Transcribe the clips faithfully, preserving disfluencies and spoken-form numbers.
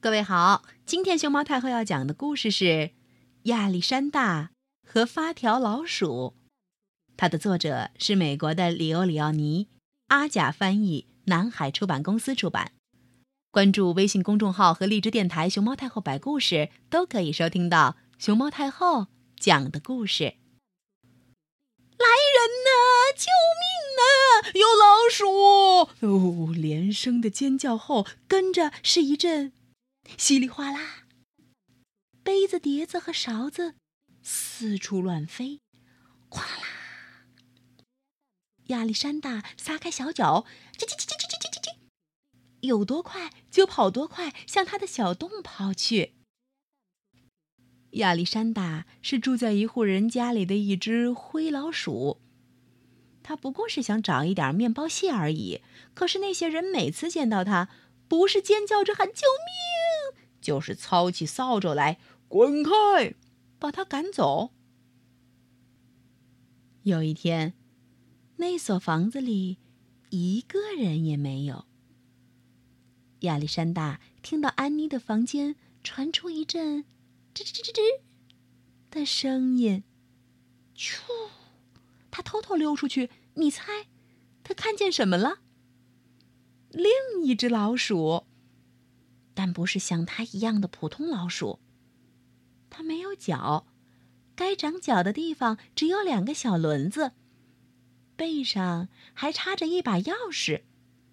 各位好，今天熊猫太后要讲的故事是亚历山大和发条老鼠。它的作者是美国的里欧里奥尼，阿甲翻译，南海出版公司出版。关注微信公众号和荔枝电台熊猫太后摆故事，都可以收听到熊猫太后讲的故事。来人呐！救命呐！有老鼠！哦，连声的尖叫后，跟着是一阵稀里哗啦，杯子、碟子和勺子四处乱飞，哗啦！亚历山大撒开小脚，叽叽叽叽叽叽叽叽，有多快就跑多快，向他的小洞跑去。亚历山大是住在一户人家里的一只灰老鼠，他不过是想找一点面包屑而已。可是那些人每次见到他，不是尖叫着喊救命，就是操起扫帚来滚开，把他赶走。有一天，那所房子里一个人也没有。亚历山大听到安妮的房间传出一阵吱吱吱吱吱的声音，咻！他偷偷溜出去，你猜他看见什么了？另一只老鼠，但不是像它一样的普通老鼠。它没有脚，该长脚的地方只有两个小轮子，背上还插着一把钥匙。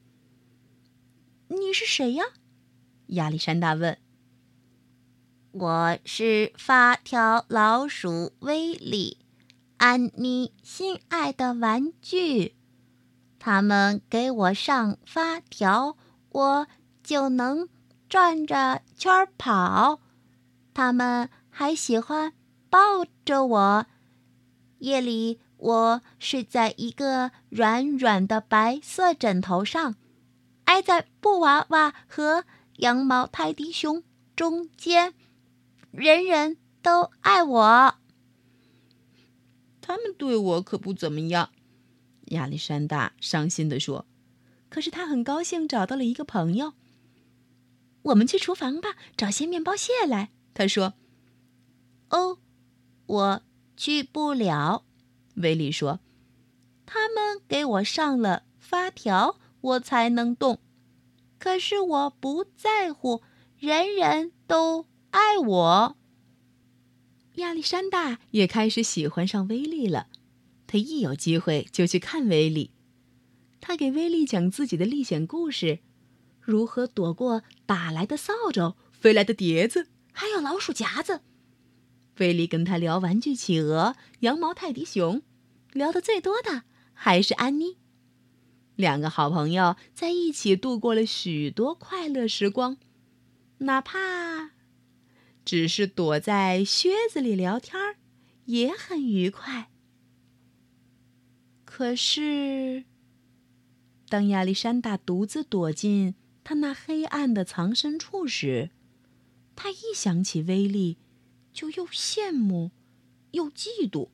你是谁呀？亚历山大问。 我是发条老鼠威利，安妮心爱的玩具。他们给我上发条，我就能转着圈跑。他们还喜欢抱着我。夜里，我睡在一个软软的白色枕头上，挨在布娃娃和羊毛泰迪熊中间。人人都爱我。 他们对我可不怎么样，亚历山大伤心地说。可是他很高兴找到了一个朋友。我们去厨房吧，找些面包屑来，他说。 哦，我去不了， 威利说。 他们给我上了发条，我才能动。可是我不在乎，人人都爱我。 亚历山大也开始喜欢上威利了，他一有机会就去看威利。他给威利讲自己的历险故事，如何躲过打来的扫帚、飞来的碟子，还有老鼠夹子。威利跟他聊玩具企鹅、羊毛泰迪熊，聊得最多的还是安妮。两个好朋友在一起度过了许多快乐时光，哪怕只是躲在靴子里聊天也很愉快。可是，当亚历山大独自躲进他那黑暗的藏身处时，他一想起威利，就又羡慕又嫉妒。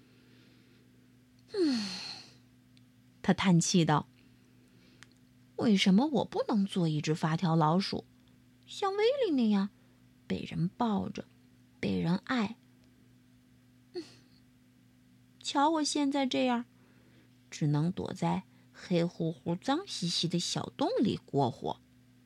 嗯，他叹气道：“为什么我不能做一只发条老鼠，像威利那样？”被人抱着，被人爱。嗯，瞧我现在这样，只能躲在黑乎乎、脏兮兮的小洞里过活。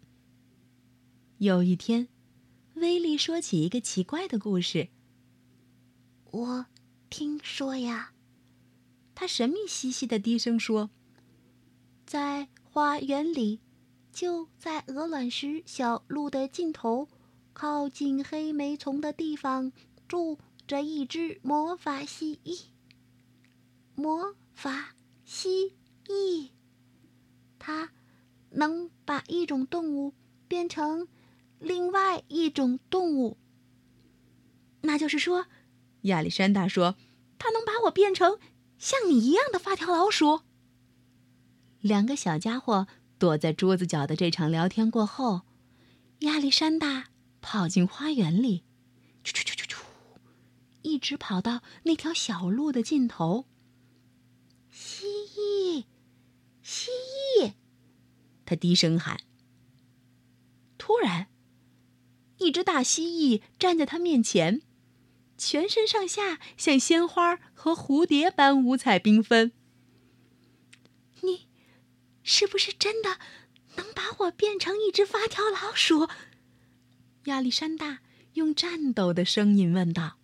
有一天，威利说起一个奇怪的故事。 我听说呀， 他神秘兮兮的低声说， 在花园里，就在鹅卵石小路的尽头，靠近黑莓丛的地方，住着一只魔法蜥蜴。魔法蜥蜴，它能把一种动物变成另外一种动物。 那就是说，亚历山大说，它能把我变成像你一样的发条老鼠。两个小家伙躲在桌子角的这场聊天过后，亚历山大跑进花园里，啾啾啾啾啾，一直跑到那条小路的尽头。 蜥蜴，蜥蜴， 他低声喊。突然， 只大蜥蜴站在他面前，全身上下像鲜花和蝴蝶般五彩缤纷。你是不是真的能把我变成一只发条老鼠？亚历山大用颤抖的声音问道。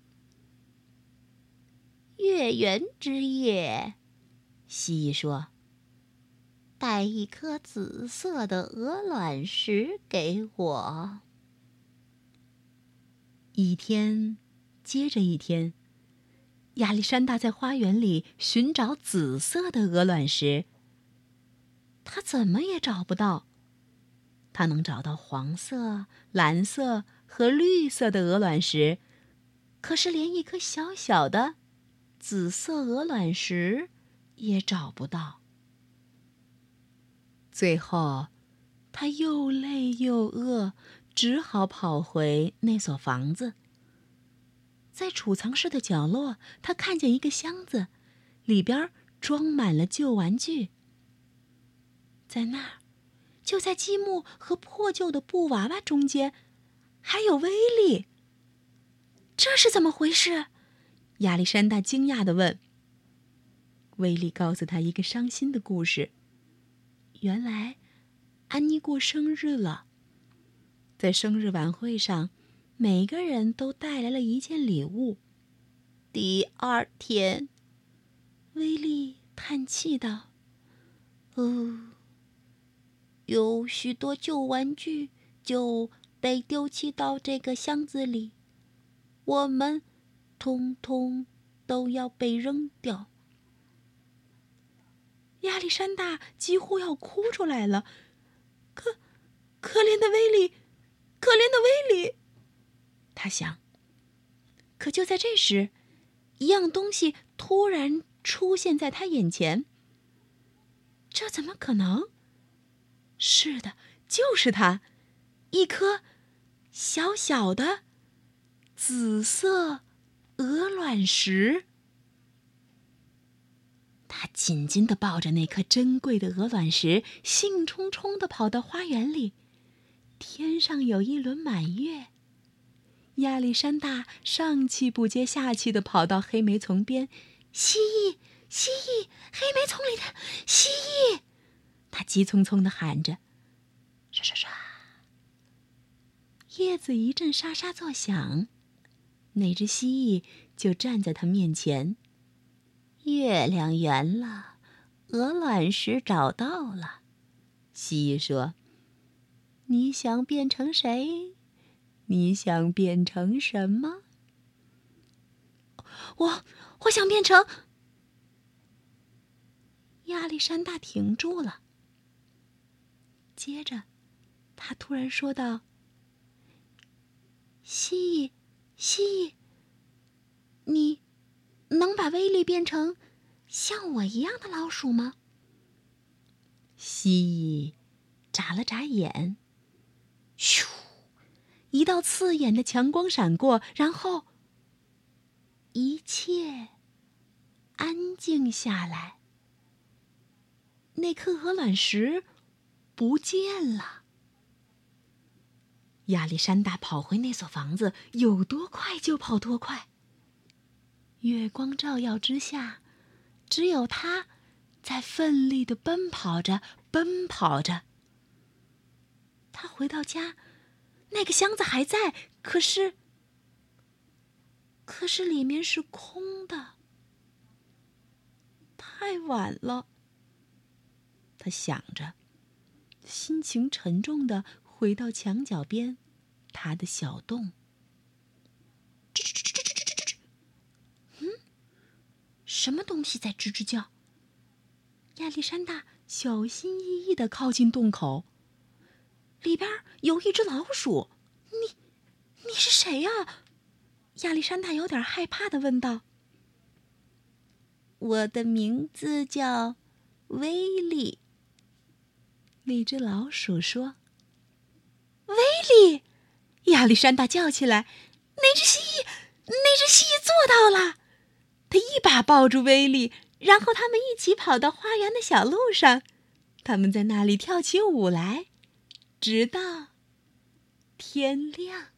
月圆之夜，蜥蜴说，带一颗紫色的鹅卵石给我。 一天接着一天，亚历山大在花园里寻找紫色的鹅卵石，他怎么也找不到。他能找到黄色、蓝色和绿色的鹅卵石，可是连一颗小小的紫色鹅卵石也找不到。最后，他又累又饿，只好跑回那所房子。在储藏室的角落，他看见一个箱子，里边装满了旧玩具。在那儿，就在积木和破旧的布娃娃中间，还有威力。这是怎么回事？亚历山大惊讶地问。威力告诉他一个伤心的故事。原来，安妮过生日了。在生日晚会上，每个人都带来了一件礼物。第二天，威力叹气道：“哦，有许多旧玩具就被丢弃到这个箱子里，我们通通都要被扔掉。”亚历山大几乎要哭出来了。可可怜的威力，可怜的威力，他想。可就在这时，一样东西突然出现在他眼前。这怎么可能？是的，就是它，一颗小小的紫色鹅卵石。他紧紧地抱着那颗珍贵的鹅卵石，兴冲冲地跑到花园里。天上有一轮满月。亚历山大上气不接下气地跑到黑莓丛边。蜥蜴，蜥蜴，黑莓丛里的蜥蜴！他急匆匆地喊着。刷刷刷，叶子一阵沙沙作响，那只蜥蜴就站在他面前。月亮圆了，鹅卵石找到了。蜥蜴说：“你想变成谁？你想变成什么？”我，我想变成……亚历山大停住了。接着，他突然说道：“蜥蜴，蜥蜴，你能把威力变成像我一样的老鼠吗？”蜥蜴眨了眨眼，咻，一道刺眼的强光闪过，然后一切安静下来。那颗鹅卵石不见了。亚历山大跑回那所房子，有多快就跑多快。月光照耀之下，只有他在奋力地奔跑着，奔跑着。他回到家，那个箱子还在，可是，可是里面是空的。太晚了，他想着，心情沉重地回到墙角边，他的小洞。嗯，什么东西在吱吱叫？亚历山大小心翼翼地靠近洞口，里边有一只老鼠。你，你是谁呀？亚历山大有点害怕地问道。我的名字叫威力。那只老鼠说。威力！亚历山大叫起来。那只蜥蜴，那只蜥蜴做到了！他一把抱住威力，然后他们一起跑到花园的小路上，他们在那里跳起舞来，直到天天亮。